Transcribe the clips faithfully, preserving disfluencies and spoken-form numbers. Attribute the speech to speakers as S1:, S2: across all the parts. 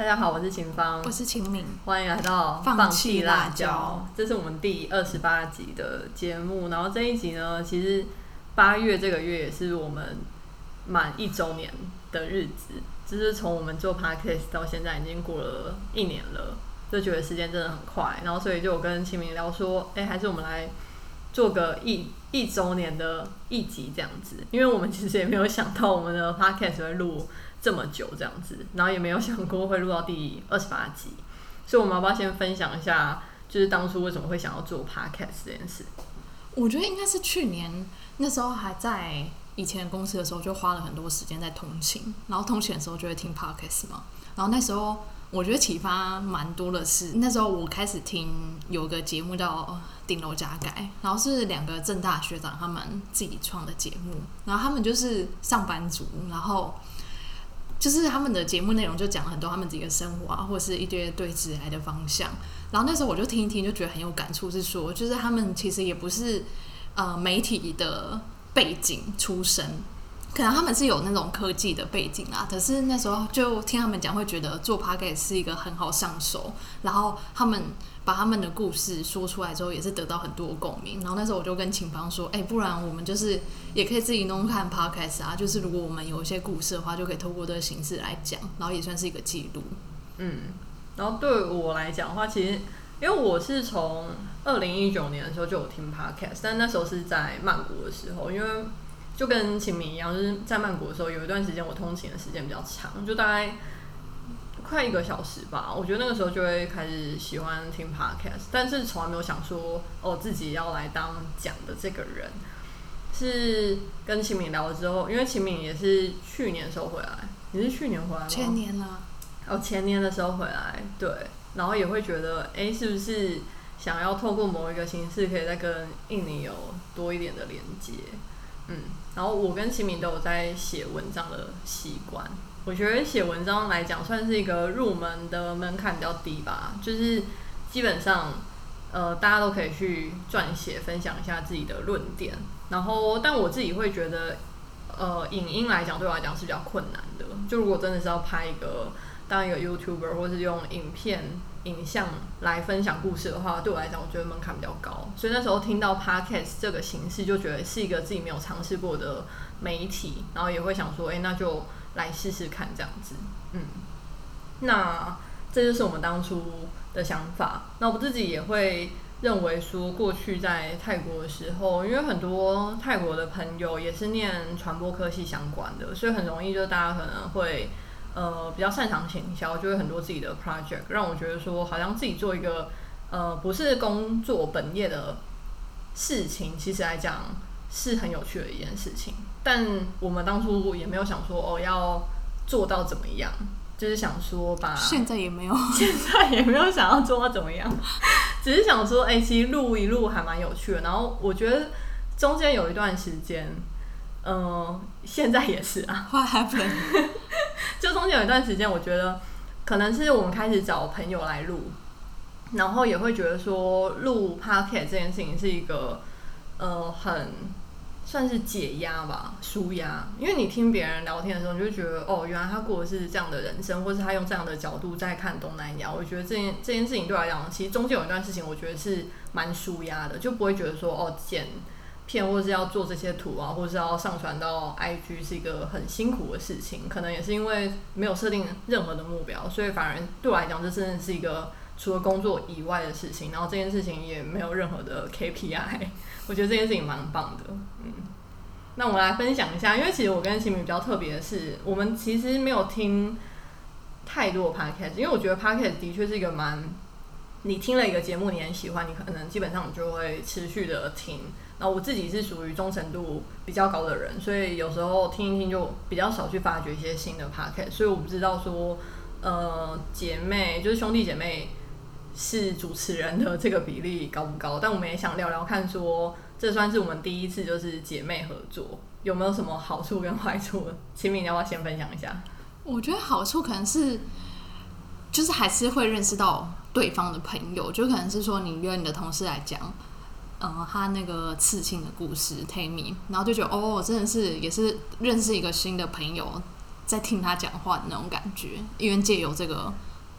S1: 家好，我是秦芳，
S2: 我是秦敏，
S1: 欢迎来到
S2: 放弃辣椒。
S1: 这是我们第二十八集的节目，然后这一集呢，其实八月这个月也是我们满一周年的日子，就是从我们做 podcast 到现在已经过了一年了，就觉得时间真的很快，然后所以就有跟秦敏聊说，哎、欸，还是我们来做个一一周年的一集这样子，因为我们其实也没有想到我们的 podcast 会录这么久这样子，然后也没有想过会录到第二十八集，所以我们要不要先分享一下，就是当初为什么会想要做 podcast 这件事？
S2: 我觉得应该是去年那时候还在以前公司的时候，就花了很多时间在通勤，然后通勤的时候就会听 podcast 嘛，然后那时候我觉得启发蛮多的是，那时候我开始听有个节目叫顶楼加盖，然后是两个政大学长他们自己创的节目，然后他们就是上班族，然后就是他们的节目内容就讲很多他们自己的生活啊，或者是一堆对职来的方向。然后那时候我就听一听，就觉得很有感触，是说就是他们其实也不是呃媒体的背景出身，可能他们是有那种科技的背景啦，可是那时候就听他们讲，会觉得做 podcast 是一个很好上手，然后他们把他们的故事说出来之后，也是得到很多共鸣。然后那时候我就跟秦芳说，哎、欸，不然我们就是也可以自己弄看 podcast 啊，就是如果我们有一些故事的话，就可以透过这个形式来讲，然后也算是一个记录。
S1: 嗯，然后对我来讲的话，其实因为我是从二零一九年的时候就有听 podcast， 但那时候是在曼谷的时候，因为就跟秦明一样，就是在曼谷的时候有一段时间我通勤的时间比较长，就大概快一个小时吧。我觉得那个时候就会开始喜欢听 podcast， 但是从来没有想说哦自己要来当讲的这个人。是跟秦明聊了之后，因为秦明也是去年的时候回来，你是去年回来吗？
S2: 前年了。
S1: 哦，前年的时候回来，对，然后也会觉得，哎、欸，是不是想要透过某一个形式，可以再跟印尼有多一点的连接？嗯，然后我跟秦明都有在写文章的习惯。我觉得写文章来讲，算是一个入门的门槛比较低吧，就是基本上，呃，大家都可以去撰写，分享一下自己的论点。然后，但我自己会觉得，呃，影音来讲对我来讲是比较困难的。就如果真的是要拍一个当一个 YouTuber， 或是用影片、影像来分享故事的话，对我来讲，我觉得门槛比较高。所以那时候听到 Podcast 这个形式，就觉得是一个自己没有尝试过的媒体，然后也会想说，哎、欸，那就来试试看这样子。嗯，那这就是我们当初的想法。那我自己也会认为说，过去在泰国的时候，因为很多泰国的朋友也是念传播科系相关的，所以很容易就大家可能会呃比较擅长行销，就会很多自己的 project， 让我觉得说好像自己做一个呃不是工作本业的事情，其实来讲是很有趣的一件事情。但我们当初也没有想说哦要做到怎么样，就是想说把
S2: 现在也没有，
S1: 现在也没有想要做到怎么样，只是想说，哎、欸，其实录一录还蛮有趣的。然后我觉得中间有一段时间，嗯、呃，现在也是啊。
S2: What happened？
S1: 就中间有一段时间，我觉得可能是我们开始找朋友来录，然后也会觉得说，录 podcast 这件事情是一个呃很算是解压吧，舒压。因为你听别人聊天的时候，你就觉得哦，原来他过的是这样的人生，或是他用这样的角度在看东南亚。我觉得这件这件事情对我来讲，其实中间有一段事情，我觉得是蛮舒压的，就不会觉得说哦剪片或是要做这些图啊，或是要上传到 I G 是一个很辛苦的事情。可能也是因为没有设定任何的目标，所以反而对我来讲，这真的是一个除了工作以外的事情。然后这件事情也没有任何的 K P I。我觉得这件事情蛮棒的，嗯。那我们来分享一下，因为其实我跟秦明比较特别的是，我们其实没有听太多的 podcast， 因为我觉得 podcast 的确是一个蛮，你听了一个节目，你很喜欢，你可能基本上你就会持续的听。然后我自己是属于忠诚度比较高的人，所以有时候听一听就比较少去发掘一些新的 podcast， 所以我不知道说，呃，姐妹就是兄弟姐妹是主持人的这个比例高不高，但我们也想聊聊看说，这算是我们第一次就是姐妹合作，有没有什么好处跟坏处？秦明，你要不要先分享一下？
S2: 我觉得好处可能是，就是还是会认识到对方的朋友，就可能是说你约你的同事来讲，呃，他那个刺青的故事 Tammy， 然后就觉得哦，真的是也是认识一个新的朋友，在听他讲话的那种感觉，因为借由这个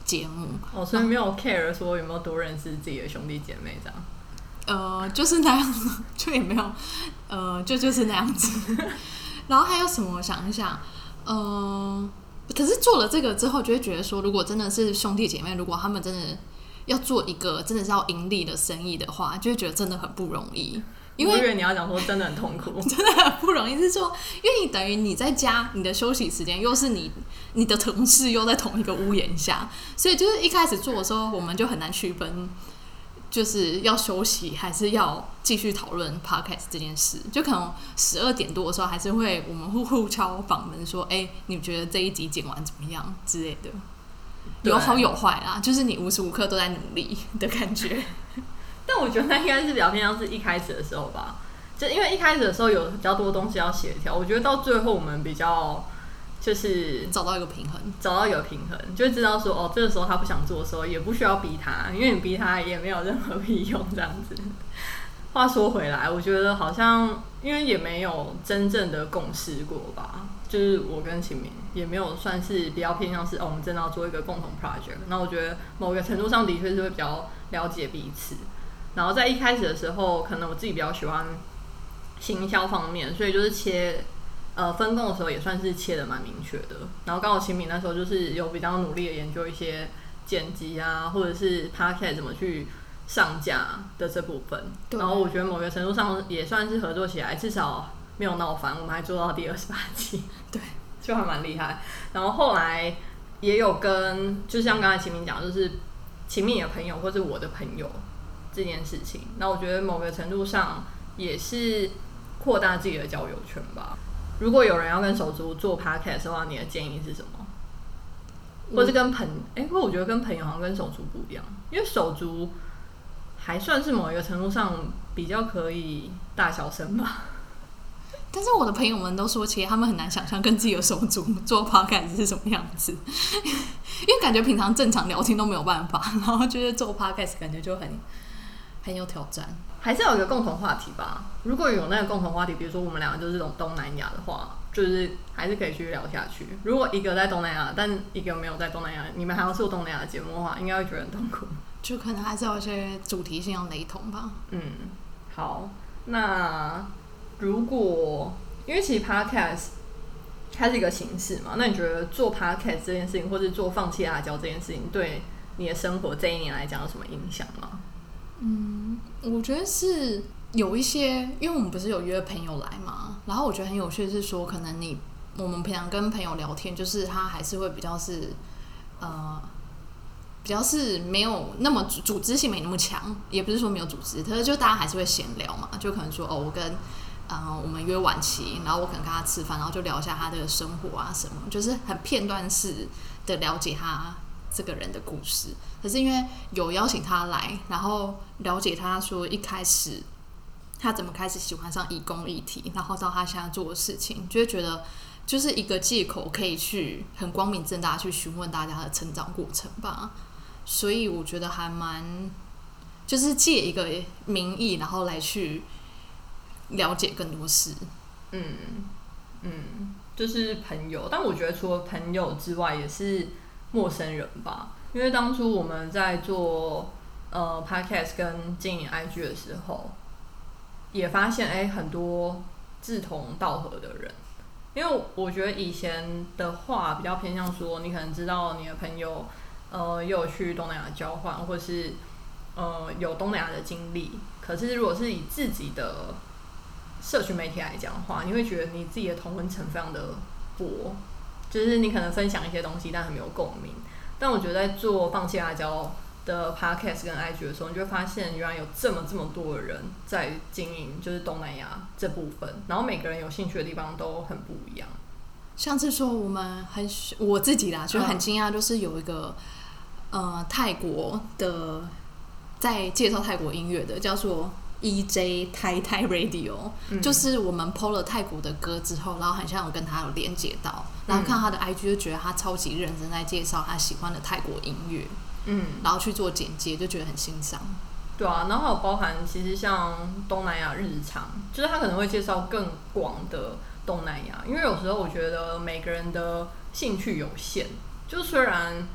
S2: 节目。
S1: 哦，所以没有 care 说有没有多认识自己的兄弟姐妹这样。
S2: 呃，就是那样子，就也没有，呃，就就是那样子。然后还有什么？我想一想，呃，可是做了这个之后，就会觉得说，如果真的是兄弟姐妹，如果他们真的要做一个真的是要盈利的生意的话，就会觉得真的很不容易。因为
S1: 我以为你要讲说真的很痛苦，
S2: 真的很不容易，是说，因为你等于你在家，你的休息时间又是你你的同事又在同一个屋檐下，所以就是一开始做的时候，我们就很难区分。就是要休息还是要继续讨论 podcast 这件事，就可能十二点多的时候还是会我们互互敲房门说，哎、欸，你觉得这一集剪完怎么样之类的，有好有坏啦，就是你无时无刻都在努力的感觉。
S1: 但我觉得那应该是比较偏向是一开始的时候吧，就因为一开始的时候有比较多东西要协调，我觉得到最后我们比较。就是
S2: 找到一个平衡，
S1: 找到一个平衡，就会知道说哦，这个时候他不想做的时候，也不需要逼他，因为你逼他也没有任何屁用，这样子。话说回来，我觉得好像因为也没有真正的共识过吧，就是我跟秦明也没有算是比较偏向是哦，我们真的要做一个共同 project。那我觉得某个程度上的确是会比较了解彼此。然后在一开始的时候，可能我自己比较喜欢行销方面，所以就是切。呃，分工的时候也算是切的蛮明确的，然后刚好秦敏那时候就是有比较努力的研究一些剪辑啊，或者是 podcast 怎么去上架的这部分，然后我觉得某个程度上也算是合作起来，至少没有闹翻，我们还做到第二十八集，
S2: 对，
S1: 就还蛮厉害。然后后来也有跟，就像刚才秦敏讲，就是秦敏的朋友或者我的朋友这件事情，那我觉得某个程度上也是扩大自己的交友圈吧。如果有人要跟手足做 podcast 的话，你的建议是什么？或是跟朋哎、欸，不过我觉得跟朋友好像跟手足不一样，因为手足还算是某一个程度上比较可以大小声吧。
S2: 但是我的朋友们都说，其实他们很难想象跟自己的手足做 podcast 是什么样子，因为感觉平常正常聊天都没有办法，然后就是做 podcast 感觉就很很有挑战。
S1: 还是要有一个共同话题吧。如果有那个共同话题，比如说我们两个就是这种东南亚的话，就是还是可以继续聊下去。如果一个在东南亚，但一个没有在东南亚，你们还要做东南亚的节目的话，应该会觉得很痛苦。
S2: 就可能还是有一些主题性要雷同吧。
S1: 嗯，好，那如果因为其实 podcast 它是一个形式嘛，那你觉得做 podcast 这件事情，或是做放弃辣椒这件事情，对你的生活这一年来讲有什么影响吗？
S2: 嗯，我觉得是有一些，因为我们不是有约朋友来嘛，然后我觉得很有趣的是说，可能你我们平常跟朋友聊天，就是他还是会比较是呃。比较是没有那么组组织性没那么强，也不是说没有组织，可是就大家还是会闲聊嘛，就可能说哦，我跟呃我们约晚期，然后我可能跟他吃饭，然后就聊一下他的生活啊什么，就是很片段式的了解他这个人的故事。可是因为有邀请他来，然后了解他说一开始他怎么开始喜欢上移工议题，然后到他现在做的事情，就会觉得就是一个借口可以去很光明正大去询问大家的成长过程吧。所以我觉得还蛮，就是借一个名义，然后来去了解更多事。
S1: 嗯嗯，就是朋友，但我觉得除了朋友之外，也是陌生人吧。因为当初我们在做呃 podcast 跟经营 I G 的时候，也发现哎、欸、很多志同道合的人。因为我觉得以前的话比较偏向说，你可能知道你的朋友。呃，又有去东南亚交换，或是呃有东南亚的经历。可是如果是以自己的社群媒体来讲的话，你会觉得你自己的同温层非常的薄，就是你可能分享一些东西，但很没有共鸣。但我觉得在做放弃辣椒的 podcast 跟 I G 的时候，你就会发现原来有这么这么多的人在经营，就是东南亚这部分，然后每个人有兴趣的地方都很不一样。
S2: 像是说我们很我自己啦，就很惊讶，就是有一个。呃，泰国的在介绍泰国音乐的，叫做 E J Thai Thai Radio，、嗯、就是我们 po 了泰国的歌之后，然后很像有跟他有连接到，然后看他的 I G 就觉得他超级认真在介绍他喜欢的泰国音乐，嗯，然后去做简介，就觉得很欣赏。
S1: 对啊，然后还有包含其实像东南亚日常，就是他可能会介绍更广的东南亚，因为有时候我觉得每个人的兴趣有限，就虽然。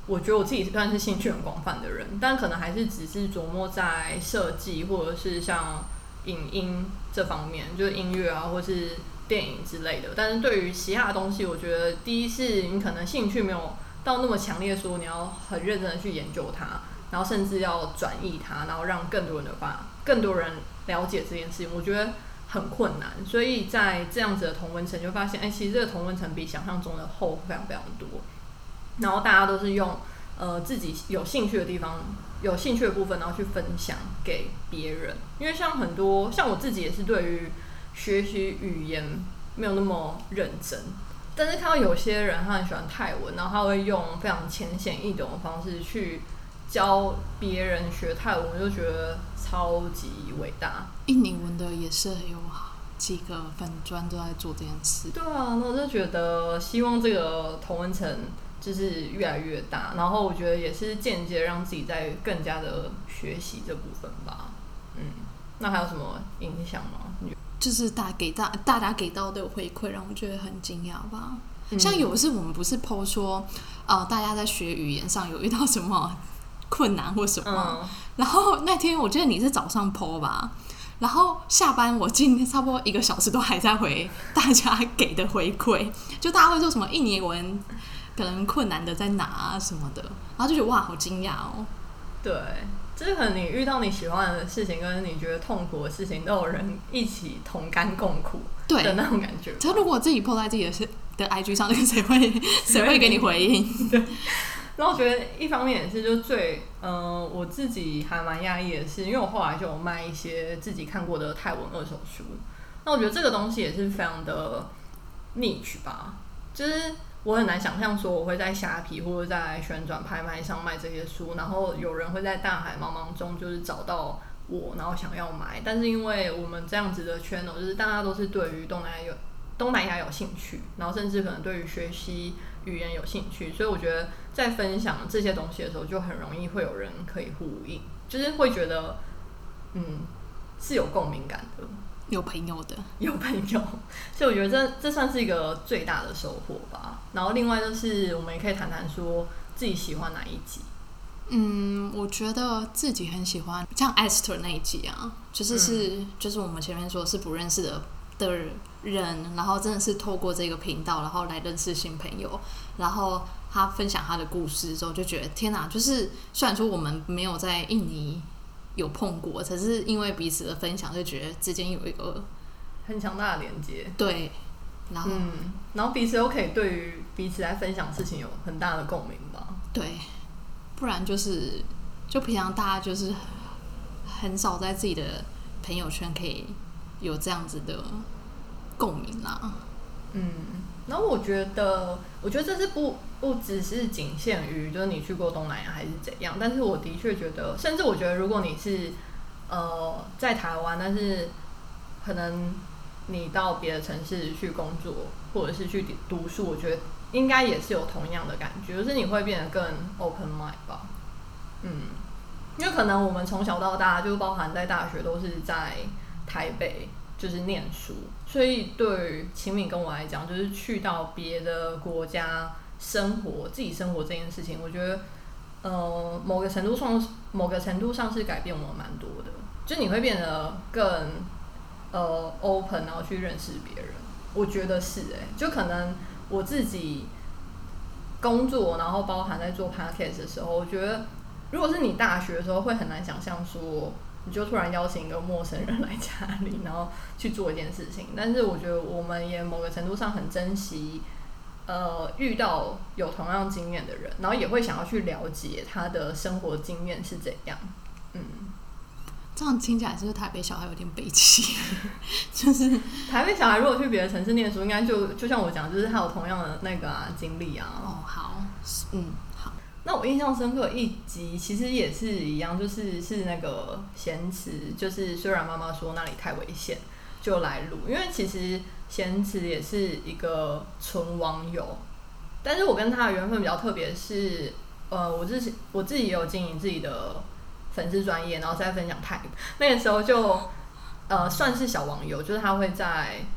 S1: 我觉得我自己算是兴趣很广泛的人，但可能还是只是琢磨在设计或者是像影音这方面，就是音乐啊或是电影之类的。但是对于其他的东西，我觉得第一是你可能兴趣没有到那么强烈，说你要很认真的去研究它，然后甚至要转译它，然后让更多人的发更多人了解这件事情，我觉得很困难。所以在这样子的同温层，就发现，哎、欸，其实这个同温层比想象中的厚非常非常多。然后大家都是用呃自己有兴趣的地方、有兴趣的部分，然后去分享给别人。因为像很多像我自己也是对于学习语言没有那么认真，但是看到有些人他很喜欢泰文，然后他会用非常浅显易懂的方式去教别人学泰文，我就觉得超级伟大。
S2: 印尼文的也是有几个粉专都在做这件事。
S1: 对啊，那我就觉得希望这个同温层就是越来越大，然后我觉得也是间接让自己在更加的学习这部分吧。嗯，那还有什么影响吗？
S2: 就是大给大大家给到的回馈让我觉得很惊讶吧。嗯、像有一次我们不是 po 说，呃，大家在学语言上有遇到什么困难或什么，嗯、然后那天我记得你是早上 po 吧。然后下班我今天差不多一个小时都还在回大家给的回馈，就大家会说什么印尼文可能困难的在哪啊什么的，然后就觉得哇好惊讶哦。
S1: 对，就是可能你遇到你喜欢的事情跟你觉得痛苦的事情都有人一起同甘共苦的那种感觉。
S2: 可是如果自己 po 在自己的的 I G 上，谁会谁会给你回应？
S1: 对。然后我觉得一方面也是就最嗯、呃，我自己还蛮讶异的是，因为我后来就有卖一些自己看过的泰文二手书。那我觉得这个东西也是非常的 niche 吧，就是我很难想象说我会在虾皮或者在旋转拍卖上卖这些书，然后有人会在大海茫茫中就是找到我，然后想要买。但是因为我们这样子的 channel， 就是大家都是对于东南亚有东南亚有兴趣，然后甚至可能对于学习语言有兴趣，所以我觉得在分享这些东西的时候，就很容易会有人可以呼应，就是会觉得，嗯，是有共鸣感的，
S2: 有朋友的，
S1: 有朋友，所以我觉得这这算是一个最大的收获吧。然后另外就是我们也可以谈谈说自己喜欢哪一集。
S2: 嗯，我觉得自己很喜欢像 Esther 那一集啊，就是是、嗯、就是我们前面说是不认识的的人，然后真的是透过这个频道，然后来认识新朋友，然后他分享他的故事之后，就觉得天哪！就是虽然说我们没有在印尼有碰过，可是因为彼此的分享，就觉得之间有一个
S1: 很强大的连接。
S2: 对，然后、
S1: 嗯、然后彼此都可以对于彼此来分享事情有很大的共鸣吧。
S2: 对，不然就是就平常大家就是很少在自己的朋友圈可以有这样子的共鸣啦。
S1: 嗯，然后我觉得，我觉得这是不不只是仅限于就是你去过东南亚还是怎样，但是我的确觉得，甚至我觉得，如果你是呃在台湾，但是可能你到别的城市去工作或者是去读书，我觉得应该也是有同样的感觉，就是你会变得更 open mind 吧。嗯，因为可能我们从小到大，就包含在大学都是在台北就是念书，所以对于秦敏跟我来讲，就是去到别的国家生活，自己生活这件事情，我觉得呃某个程度上某个程度上是改变我蛮多的，就你会变得更呃 open， 然后去认识别人。我觉得是哎、欸，就可能我自己工作，然后包含在做 podcast 的时候，我觉得如果是你大学的时候，会很难想象说你就突然邀请一个陌生人来家里，然后去做一件事情。但是我觉得我们也某个程度上很珍惜，呃，遇到有同样经验的人，然后也会想要去了解他的生活经验是怎样。嗯，
S2: 这样听起来是不是台北小孩有点悲戚？就是
S1: 台北小孩如果去别的城市念书，应该就就像我讲，就是他有同样的那个啊经历啊。
S2: 哦，好，嗯。
S1: 那我印象深刻一集其实也是一样，就是是那个咸池，就是虽然妈妈说那里太危险，就来录，因为其实咸池也是一个纯网友，但是我跟他的缘分比较特别是，呃，我自己我自己也有经营自己的粉丝专页，然后在分享泰语，那个时候就呃算是小网友，就是他会在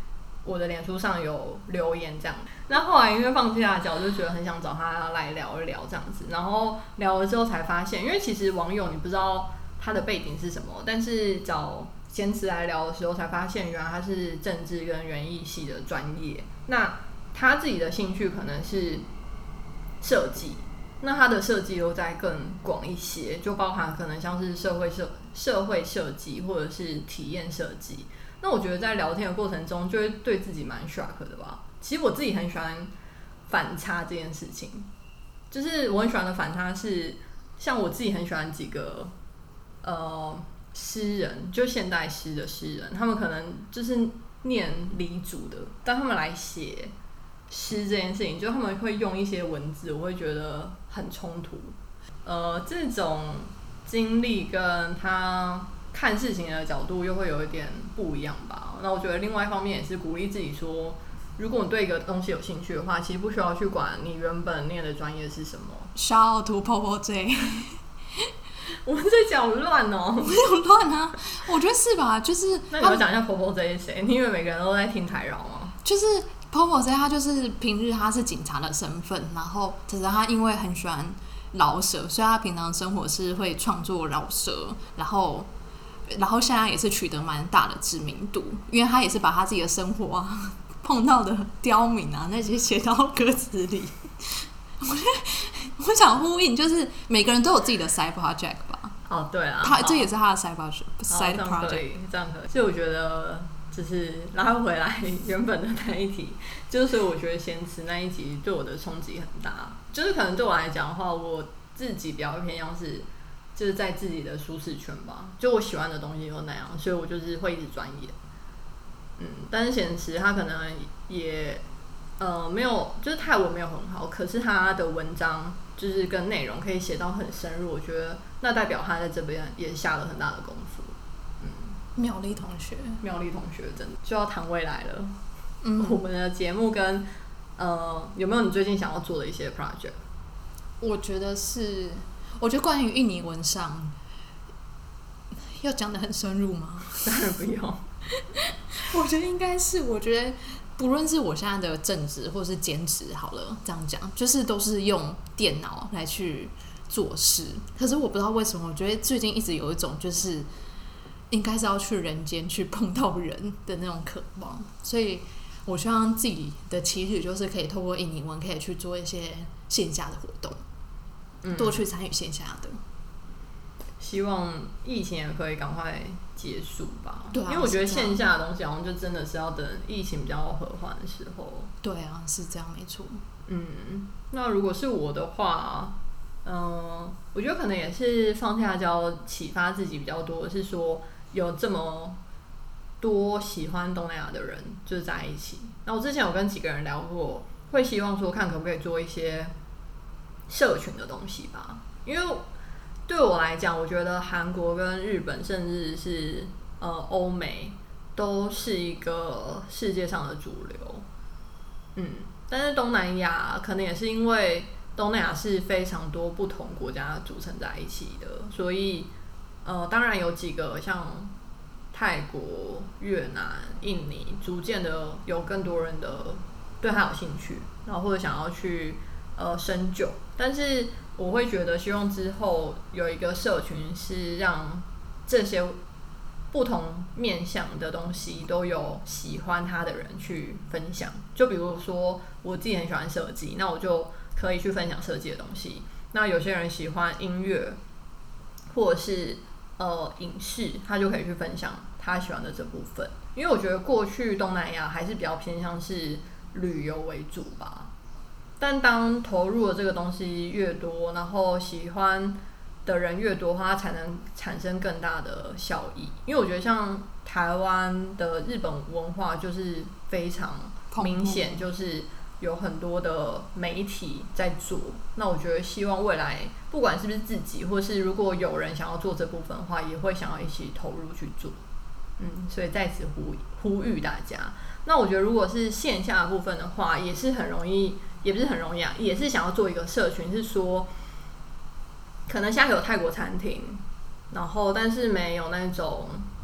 S1: 我的脸书上有留言这样。那后来因为放下脚，就觉得很想找他来聊一聊这样子。然后聊了之后才发现，因为其实网友你不知道他的背景是什么，但是找贤慈来聊的时候才发现，原来他是政治跟园艺系的专业。那他自己的兴趣可能是设计，那他的设计又再更广一些，就包含可能像是社会设社会设计或者是体验设计。那我觉得在聊天的过程中，就会对自己蛮 shock 的吧。其实我自己很喜欢反差这件事情，就是我很喜欢的反差是，像我自己很喜欢几个呃诗人，就现代诗的诗人，他们可能就是念理组的，但他们来写诗这件事情，就他们会用一些文字，我会觉得很冲突。呃，这种经历跟他看事情的角度又会有一点不一样吧。那我觉得另外一方面也是鼓励自己说，如果你对一个东西有兴趣的话，其实不需要去管你原本念的专业是什么。
S2: Shout out to Popo J
S1: 我们在讲乱哦，
S2: 没有乱啊，我觉得是吧？就是
S1: 那你要讲一下 Popo J 是谁？你以为每个人都在听台饶吗？
S2: 就是 Popo J 他就是平日他是警察的身份，然后只是他因为很喜欢饶舌，所以他平常生活是会创作饶舌，然后然后现在也是取得蛮大的知名度，因为他也是把他自己的生活啊碰到的刁民啊那些写到歌词里。我觉得我想呼应，就是每个人都有自己的 side project 吧。
S1: 哦，对啊，
S2: 他这也是他的 side project side
S1: project， 这样可以。所以我觉得就是拉回来原本的那一题，就是所以我觉得先吃那一集对我的冲击很大。就是可能对我来讲的话，我自己比较偏向是就是在自己的舒适圈吧，就我喜欢的东西就那样，所以我就是会一直钻研。嗯，但是显实他可能也呃没有，就是泰文没有很好，可是他的文章就是跟内容可以写到很深入，我觉得那代表他在这边也下了很大的功夫。嗯，
S2: 妙丽同学，
S1: 妙丽同学真的就要谈未来了。
S2: 嗯，
S1: 我们的节目跟呃有没有你最近想要做的一些 project？
S2: 我觉得是，我觉得关于印尼文上要讲得很深入吗？
S1: 当然不用。
S2: 我觉得应该是，我觉得不论是我现在的正职或是兼职，好了，这样讲就是都是用电脑来去做事。可是我不知道为什么，我觉得最近一直有一种就是应该是要去人间去碰到人的那种渴望，所以我希望自己的期许就是可以透过印尼文可以去做一些线下的活动，嗯、多去参与线下的。
S1: 希望疫情也可以赶快结束吧。
S2: 对啊，
S1: 因为我觉得线下的东西好像就真的是要等疫情比较和缓的时候。
S2: 对啊，是这样没错。
S1: 嗯，那如果是我的话，嗯、呃，我觉得可能也是放下脚启发自己比较多，是说有这么多喜欢东南亚的人就是在一起。那我之前有跟几个人聊过，会希望说看可不可以做一些社群的东西吧，因为对我来讲，我觉得韩国跟日本，甚至是呃欧美，都是一个世界上的主流。嗯，但是东南亚可能也是因为东南亚是非常多不同国家组成在一起的，所以呃，当然有几个像泰国、越南、印尼，逐渐的有更多人的对他有兴趣，然后或者想要去呃深究，但是我会觉得希望之后有一个社群是让这些不同面向的东西都有喜欢它的人去分享。就比如说我自己很喜欢设计，那我就可以去分享设计的东西。那有些人喜欢音乐或者是呃影视，他就可以去分享他喜欢的这部分。因为我觉得过去东南亚还是比较偏向是旅游为主吧。但当投入的这个东西越多，然后喜欢的人越多，它才能产生更大的效益。因为我觉得像台湾的日本文化就是非常明显，就是有很多的媒体在做。那我觉得希望未来不管是不是自己，或是如果有人想要做这部分的话，也会想要一起投入去做。嗯，所以在此呼呼吁大家。那我觉得如果是线下的部分的话，也是很容易。也不是很容易啊，也是想要做一个社群，是说可能现在有泰国餐厅，然后但是没有那种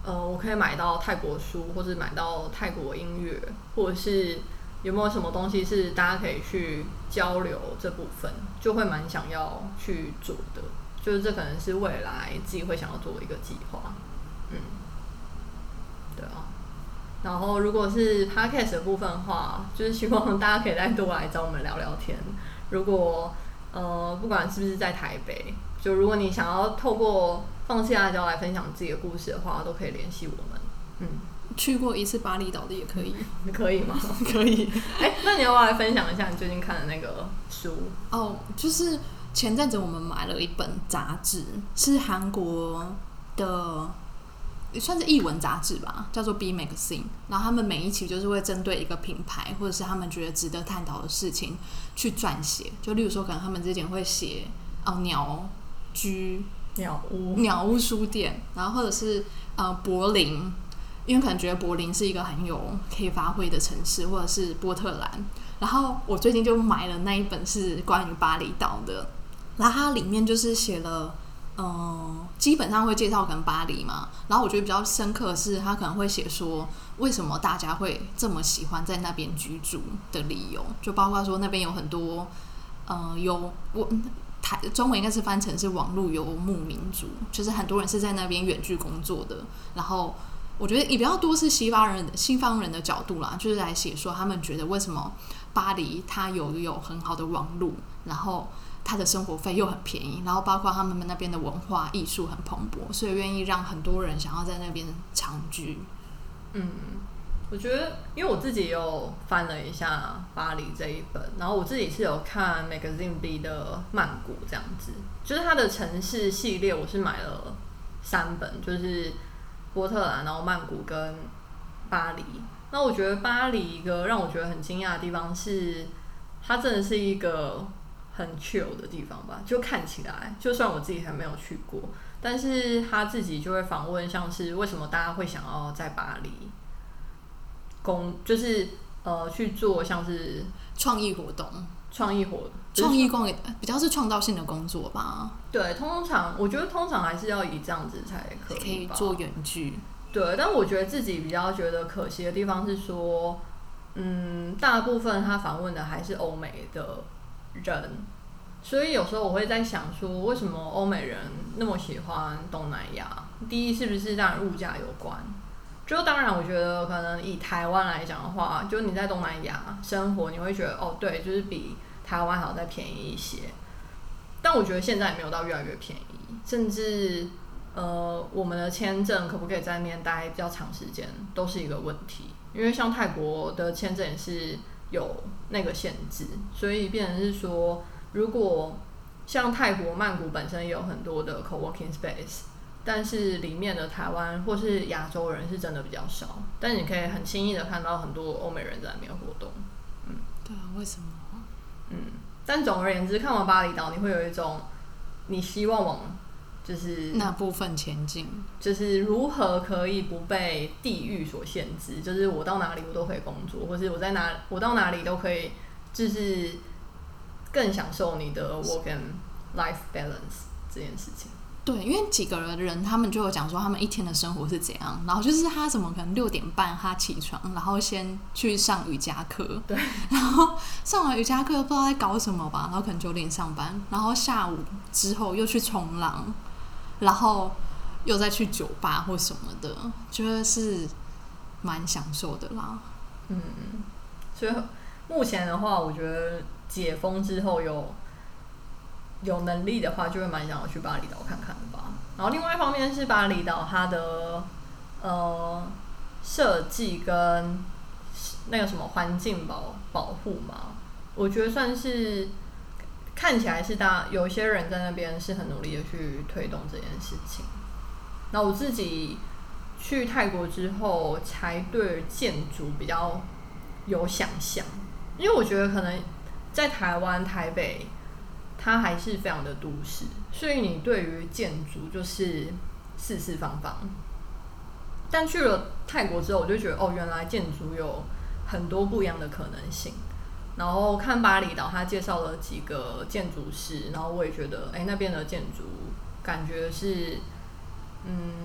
S1: 呃，我可以买到泰国书，或者买到泰国音乐，或者是有没有什么东西是大家可以去交流这部分，就会蛮想要去做的。就是这可能是未来自己会想要做的一个计划，嗯，对啊。然后如果是 podcast 的部分的话，就是希望大家可以再多来找我们聊聊天。如果呃不管是不是在台北，就如果你想要透过放弃辣椒来分享自己的故事的话，都可以联系我们。嗯，
S2: 去过一次巴厘岛的也可以，
S1: 可以吗？
S2: 可以。
S1: 哎、欸，那你要不要来分享一下你最近看的那个书？
S2: 哦，就是前阵子我们买了一本杂志，是韩国的，算是艺文杂志吧，叫做 B Magazine。然后他们每一期就是会针对一个品牌，或者是他们觉得值得探讨的事情去撰写。就例如说，可能他们之前会写哦鸟居。
S1: 鸟屋、
S2: 鸟屋书店，然后或者是呃柏林，因为可能觉得柏林是一个很有可以发挥的城市，或者是波特兰。然后我最近就买了那一本是关于巴厘岛的，然后它里面就是写了，呃，基本上会介绍可能巴黎嘛。然后我觉得比较深刻的是，它可能会写说为什么大家会这么喜欢在那边居住的理由，就包括说那边有很多呃有我。台中文应该是翻成是网络游牧民族，就是很多人是在那边远距工作的。然后我觉得也比较多是西方人西方人的角度啦，就是来写说他们觉得为什么巴黎它有有很好的网络，然后它的生活费又很便宜，然后包括他们那边的文化艺术很蓬勃，所以愿意让很多人想要在那边长居。
S1: 嗯。我觉得，因为我自己有翻了一下巴黎这一本，然后我自己是有看 Magazine B 的曼谷这样子，就是它的城市系列，我是买了三本，就是波特兰，然后曼谷跟巴黎。那我觉得巴黎一个让我觉得很惊讶的地方是，它真的是一个很 chill 的地方吧，就看起来，就算我自己还没有去过，但是他自己就会访问，像是为什么大家会想要在巴黎。工就是呃去做像是
S2: 创意活动，
S1: 创意活
S2: 创意工比较是创造性的工作吧。
S1: 对，通常我觉得通常还是要以这样子才可以吧，
S2: 可以做远距。
S1: 对，但我觉得自己比较觉得可惜的地方是说，嗯，大部分他访问的还是欧美的人，所以有时候我会在想说，为什么欧美人那么喜欢东南亚？第一，是不是当然物价有关？就当然，我觉得可能以台湾来讲的话，就你在东南亚生活，你会觉得哦，对，就是比台湾还要再便宜一些。但我觉得现在也没有到越来越便宜，甚至呃，我们的签证可不可以在那边待比较长时间，都是一个问题。因为像泰国的签证也是有那个限制，所以变成是说，如果像泰国曼谷本身也有很多的 co-working space。但是里面的台湾或是亚洲人是真的比较少，但你可以很轻易的看到很多欧美人在那边活动。嗯，
S2: 对啊，为什么？
S1: 嗯，但总而言之，看完巴厘岛，你会有一种你希望往就是
S2: 那部分前进，
S1: 就是如何可以不被地域所限制，就是我到哪里我都可以工作，或是我在哪我到哪里都可以，就是更享受你的 work and life balance 这件事情。
S2: 对，因为几个人他们就有讲说他们一天的生活是怎样，然后就是他怎么可能六点半他起床，然后先去上瑜伽课，
S1: 对，
S2: 然后上完瑜伽课不知道在搞什么吧，然后可能九点上班，然后下午之后又去冲浪，然后又再去酒吧或什么的，觉得是蛮享受的啦。
S1: 嗯，所以目前的话，我觉得解封之后有。有能力的话，就会蛮想要去巴厘岛看看的吧。然后另外一方面是巴厘岛它的呃设计跟那个什么环境保保护嘛，我觉得算是看起来是大有一些人在那边是很努力的去推动这件事情。那我自己去泰国之后，才对建筑比较有想象，因为我觉得可能在台湾台北。它还是非常的都市，所以你对于建筑就是四四方方。但去了泰国之后，我就觉得哦，原来建筑有很多不一样的可能性。然后看巴厘岛，他介绍了几个建筑师，然后我也觉得，哎，那边的建筑感觉是，嗯，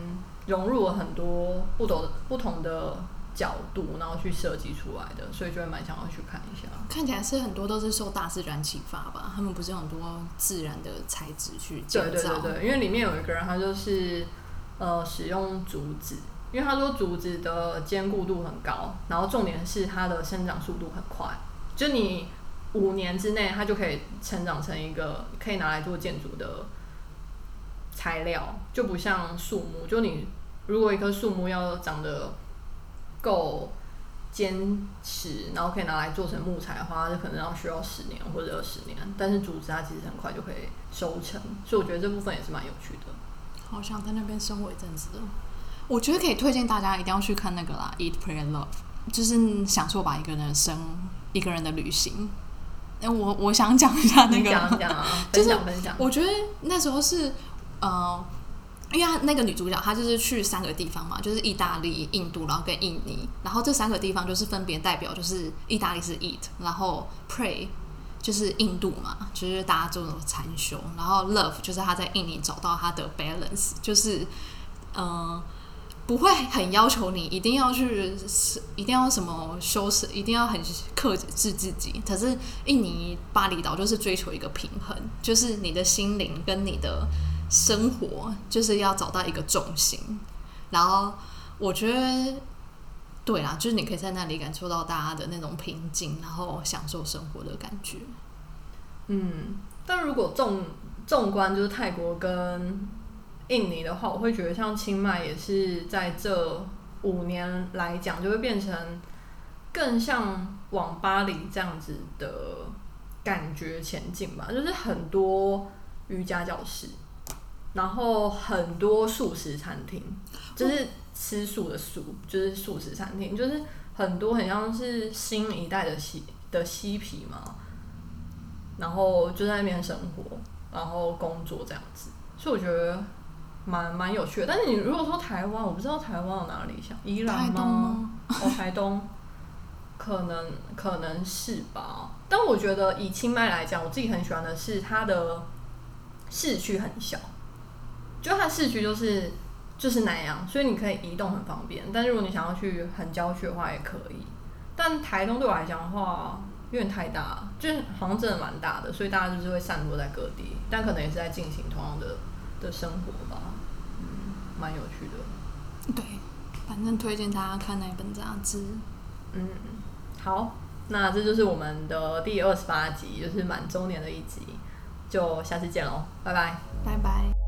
S1: 融入了很多不同不同的角度，然后去设计出来的，所以就会蛮想要去看一下。
S2: 看起来是很多都是受大自然启发吧，他们不是有很多自然的材质去建造。
S1: 对对对对，因为里面有一个人，他就是呃使用竹子，因为他说竹子的坚固度很高，然后重点是它的生长速度很快，就你五年之内，它就可以成长成一个可以拿来做建筑的材料，就不像树木，就你如果一棵树木要长得够坚持，然后可以拿来做成木材的话，就可能要需要十年或者二十年。但是竹子它其实很快就可以收成，所以我觉得这部分也是蛮有趣的。
S2: 好想在那边生活一阵子哦。我觉得可以推荐大家一定要去看那个啦，《Eat, Pray, Love》，就是享受吧一个人的生一个人的旅行。我我想讲一下那个，
S1: 讲讲啊，分享分享。
S2: 我觉得那时候是呃。因为那个女主角她就是去三个地方嘛，就是意大利、印度，然后跟印尼，然后这三个地方就是分别代表，就是意大利是 eat， 然后 pray 就是印度嘛，就是大家做禅修，然后 love 就是她在印尼找到她的 balance， 就是呃不会很要求你一定要去，一定要什么修饰，一定要很克制自己。可是印尼巴厘岛就是追求一个平衡，就是你的心灵跟你的生活就是要找到一个重心，然后我觉得对啦，就是你可以在那里感受到大家的那种平静，然后享受生活的感觉。
S1: 嗯，但如果纵纵观就是泰国跟印尼的话，我会觉得像清迈也是在这五年来讲，就会变成更像往巴黎这样子的感觉前进吧，就是很多瑜伽教室。然后很多素食餐厅，就是吃素的素，就是素食餐厅，就是很多很像是新一代的嬉的嬉皮嘛，然后就在那边生活，然后工作这样子，所以我觉得蛮蛮有趣的。但是你如果说台湾，我不知道台湾有哪里像宜兰吗？吗哦，台东，可能可能是吧。但我觉得以清迈来讲，我自己很喜欢的是它的市区很小。就它市区就是就是那样，所以你可以移动很方便。但是如果你想要去很郊区的话，也可以。但台东对我来讲的话，有点太大，就是好像真的蛮大的，所以大家就是会散落在各地，但可能也是在进行同样的的生活吧。嗯，蛮有趣的。
S2: 对，反正推荐大家看那本杂志。
S1: 嗯，好，那这就是我们的第二十八集，就是满周年的一集，就下次见喽，拜拜，
S2: 拜拜。